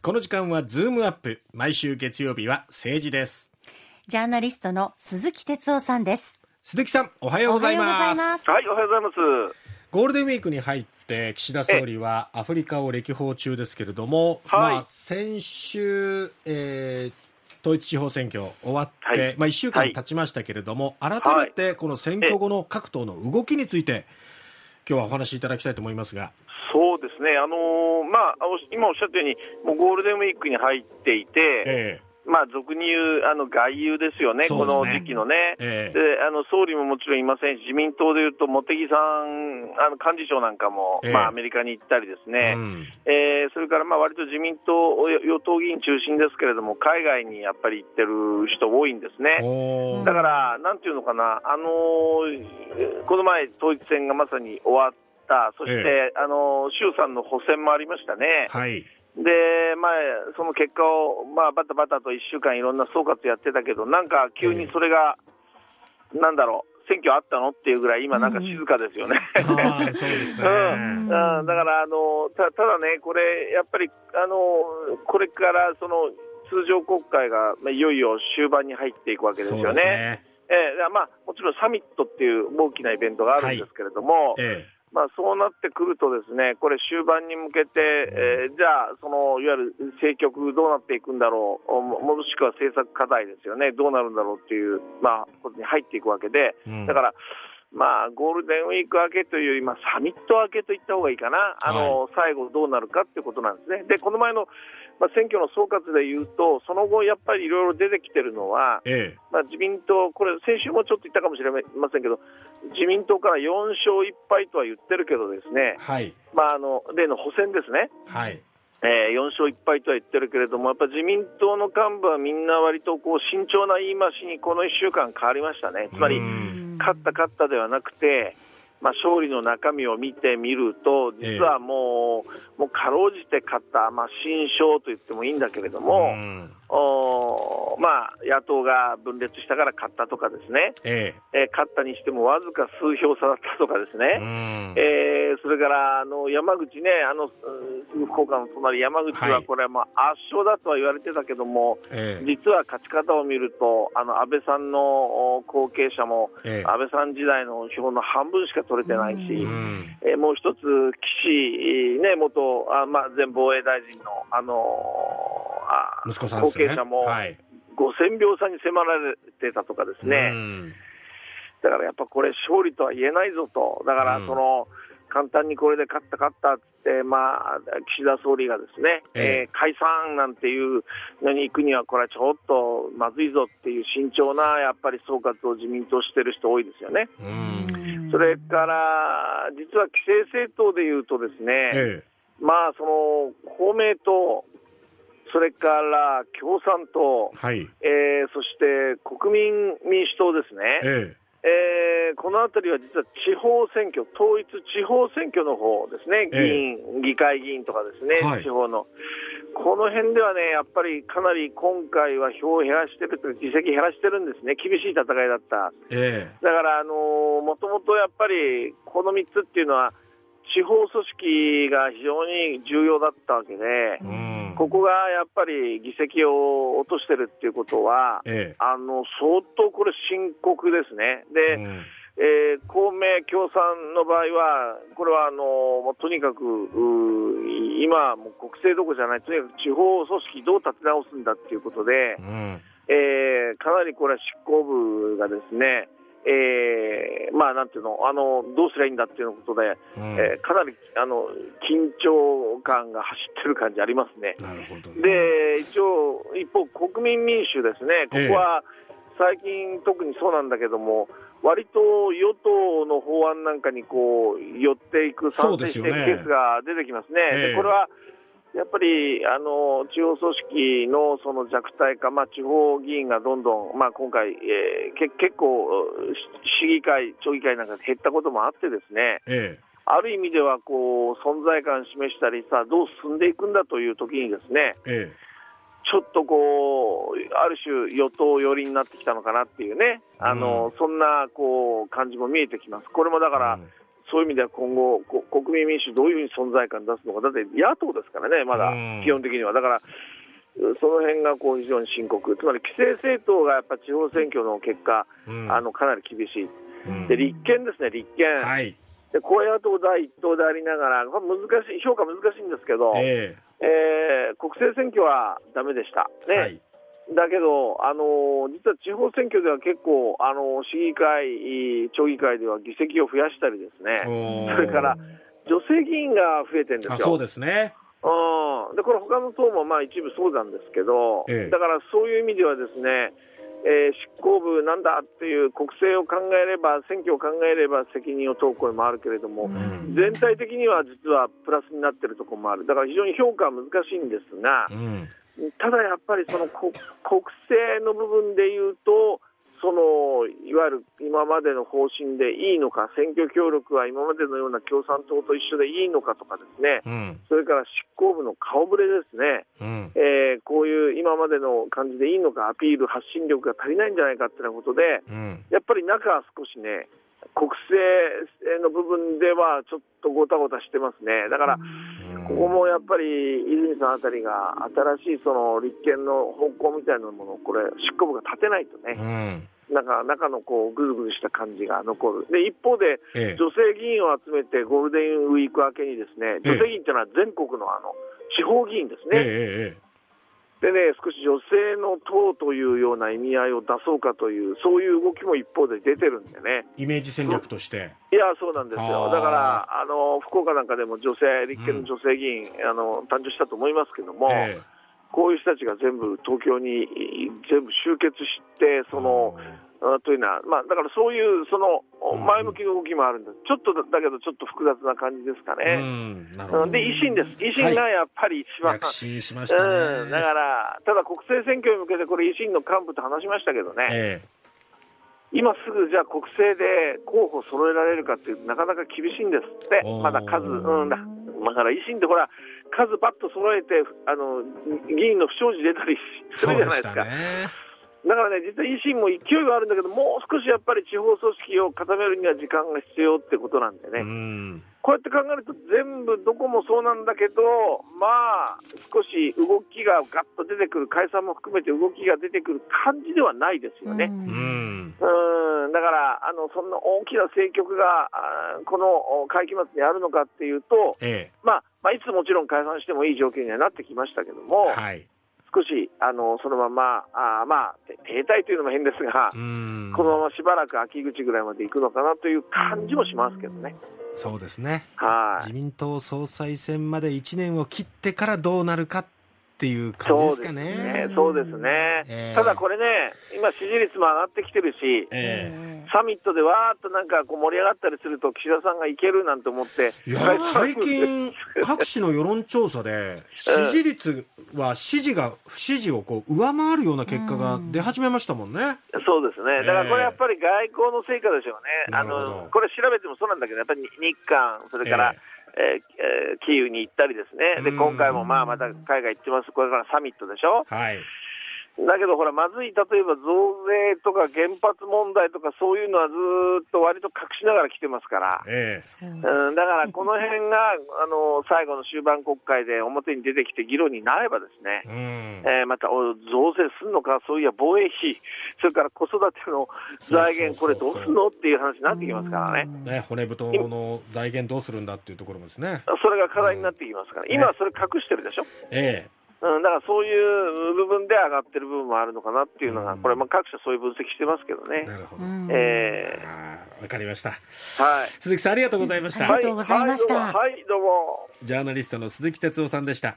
この時間はズームアップ。毎週月曜日は政治です。 ジャーナリストの鈴木哲夫さんです。 鈴木さん、おはようございます。 はい、おはようございます。 ゴールデンウィークに入って岸田総理はアフリカを歴訪中ですけれども、先週、統一地方選挙終わって、1週間経ちましたけれども、改めてこの選挙後の各党の動きについて今日はお話しいただきたいと思いますが。 そうですね、今おっしゃったようにもうゴールデンウィークに入っていて、俗に言う外遊ですよね、この時期のね。で総理ももちろんいませんし、自民党でいうと茂木さん幹事長なんかも、アメリカに行ったりですね、それから割と自民党与党議員中心ですけれども、海外にやっぱり行ってる人多いんですね。だからなんていうのかな、この前統一選がまさに終わった、そして、衆参の補選もありましたね。でその結果を、バタバタと1週間いろんな総括やってたけど、なんか急にそれが、なんだろう、選挙あったのっていうぐらい今なんか静かですよね。 そうですね。 だからただね、これやっぱりこれからその通常国会がいよいよ終盤に入っていくわけですよね。もちろんサミットっていう大きなイベントがあるんですけれども、そうなってくるとですね、これ終盤に向けて、じゃあいわゆる政局どうなっていくんだろう、もしくは政策課題ですよね、どうなるんだろうっていう、ことに入っていくわけで、だからゴールデンウィーク明けというより、サミット明けといった方がいいかな、最後どうなるかっていうことなんですね。でこの前の選挙の総括でいうと、その後やっぱりいろいろ出てきてるのは、自民党、これ先週もちょっと言ったかもしれませんけど、自民党から4勝1敗とは言ってるけどですね、例の補選ですね、4勝1敗とは言ってるけれども、やっぱ自民党の幹部はみんな割と慎重な言い回しにこの1週間変わりましたね。つまり勝ったではなくて、勝利の中身を見てみると、実はもうかろうじて勝った、新勝と言ってもいいんだけれども、野党が分裂したから勝ったとかですね、勝ったにしてもわずか数票差だったとかですね、それから山口ね、福岡の隣山口はこれは圧勝だとは言われてたけども、実は勝ち方を見ると安倍さんの後継者も、安倍さん時代の票の半分しか取れてないし、もう一つ岸、元前防衛大臣の息子さんですね、 後継者も5000票差に迫られてたとかですね、だからやっぱこれ勝利とは言えないぞと。だから簡単にこれで勝ったって、岸田総理がですね、解散なんていうのに行くにはこれはちょっとまずいぞっていう慎重なやっぱり総括を自民党してる人多いですよね。それから実は既成政党でいうとですね、公明党、それから共産党、そして国民民主党ですね、このあたりは実は地方選挙、統一地方選挙の方ですね、議会議員とかですね、地方のこの辺ではね、やっぱりかなり今回は票を減らしてるというか議席減らしてるんですね。厳しい戦いだった。だからもともとやっぱりこの3つっていうのは地方組織が非常に重要だったわけで、ここがやっぱり議席を落としてるっていうことは、相当これ深刻ですね。で、公明共産の場合はこれはとにかく今はもう国政どころじゃない、とにかく地方組織どう立て直すんだっていうことで、かなりこれは執行部がですね、なんていうの、どうすりゃいいんだっていうことで、かなり緊張感が走ってる感じありますね。で一方国民民主ですね、ここは最近特にそうなんだけども、割と与党の法案なんかに寄っていく、賛成していくケースが出てきますね。でこれはやっぱり地方組織のその弱体化、地方議員がどんどん、今回、結構市議会、町議会なんか減ったこともあってですね、ある意味では存在感を示したりどう進んでいくんだという時にですね、ちょっとある種与党寄りになってきたのかなっていうね、そんな感じも見えてきます。これもだからそういう意味では今後、国民民主どういうふうに存在感出すのか、だって野党ですからね、まだ基本的には。だからその辺が非常に深刻、つまり既成政党がやっぱ地方選挙の結果、かなり厳しい、で立憲ですね、立憲、はい、で公野党第一党でありながら、評価難しいんですけど、国政選挙はだめでした、ね、はい、だけど、実は地方選挙では結構、市議会、町議会では議席を増やしたりですね、それから女性議員が増えてるんですよ。 そうですね。 でこれ他の党も一部そうなんですけど、だからそういう意味ではですね、執行部なんだっていう国政を考えれば、選挙を考えれば責任を問う声もあるけれども、全体的には実はプラスになっているところもある。だから非常に評価は難しいんですが、ただやっぱりその国政の部分でいうと、いわゆる今までの方針でいいのか、選挙協力は今までのような共産党と一緒でいいのかとかですね、それから執行部の顔ぶれですね、こういう今までの感じでいいのか、アピール、発信力が足りないんじゃないかということで、やっぱり中は少しね、国政の部分ではちょっとごたごたしてますね。だからここもやっぱり泉さんあたりが新しい立憲の方向みたいなものを執行部が立てないとね、中のぐずぐずした感じが残る。で一方で、女性議員を集めてゴールデンウィーク明けにですね、女性議員というのは全国の地方議員ですね、でね、少し女性の党というような意味合いを出そうかという、そういう動きも一方で出てるんでね、 イメージ戦略として。 いや、そうなんですよ。だから福岡なんかでも立憲の女性議員、誕生したと思いますけども、こういう人たちが全部東京に全部集結して、というのは、だからそういう前向きな動きもあるんです。ちょっとだけどちょっと複雑な感じですかね。で維新です。維新がやっぱり一番、 躍進しましたね。 だからただ国政選挙に向けてこれ維新の幹部と話しましたけどね、今すぐじゃあ国政で候補揃えられるかってなかなか厳しいんですって。まだ数、だから維新ってほら数パッと揃えて議員の不祥事出たりするじゃないですか。だからね、実は維新も勢いはあるんだけど、もう少しやっぱり地方組織を固めるには時間が必要ってことなんでね、こうやって考えると全部どこもそうなんだけど、少し動きがガッと出てくる、解散も含めて動きが出てくる感じではないですよね。だからそんな大きな政局がこの会期末にあるのかっていうと、いつもちろん解散してもいい条件にはなってきましたけども、少しそのまま停滞というのも変ですが、このまましばらく秋口ぐらいまで行くのかなという感じもしますけどね。 そうですね、自民党総裁選まで1年を切ってからどうなるかっていう感じですかね。 そうですね、ただこれね、今支持率も上がってきてるし、サミットでわーっと盛り上がったりすると岸田さんがいけるなんて思って、 最近各紙の世論調査で支持率は支持を上回るような結果が出始めましたもんね。 そうですね、だからこれやっぱり外交の成果でしょうね。これ調べてもそうなんだけど、やっぱり日韓、それから、キーウに行ったりですね、で今回もまた海外行ってます。これからサミットでしょ。だけどほら、まずい、例えば増税とか原発問題とかそういうのはずっと割と隠しながら来てますから、だからこの辺が最後の終盤国会で表に出てきて議論になればですね、また増税するのか、そういや防衛費、それから子育ての財源、これどうするのっていう話になってきますからね。 骨太の財源どうするんだっていうところですね。 それが課題になってきますから、今はそれ隠してるでしょ。だからそういう部分で上がってる部分もあるのかなっていうのが、これ各社そういう分析してますけどね。 なるほど。わかりました。鈴木さんありがとうございました。 ありがとうございました。 はい、どうも。 ジャーナリストの鈴木哲夫さんでした。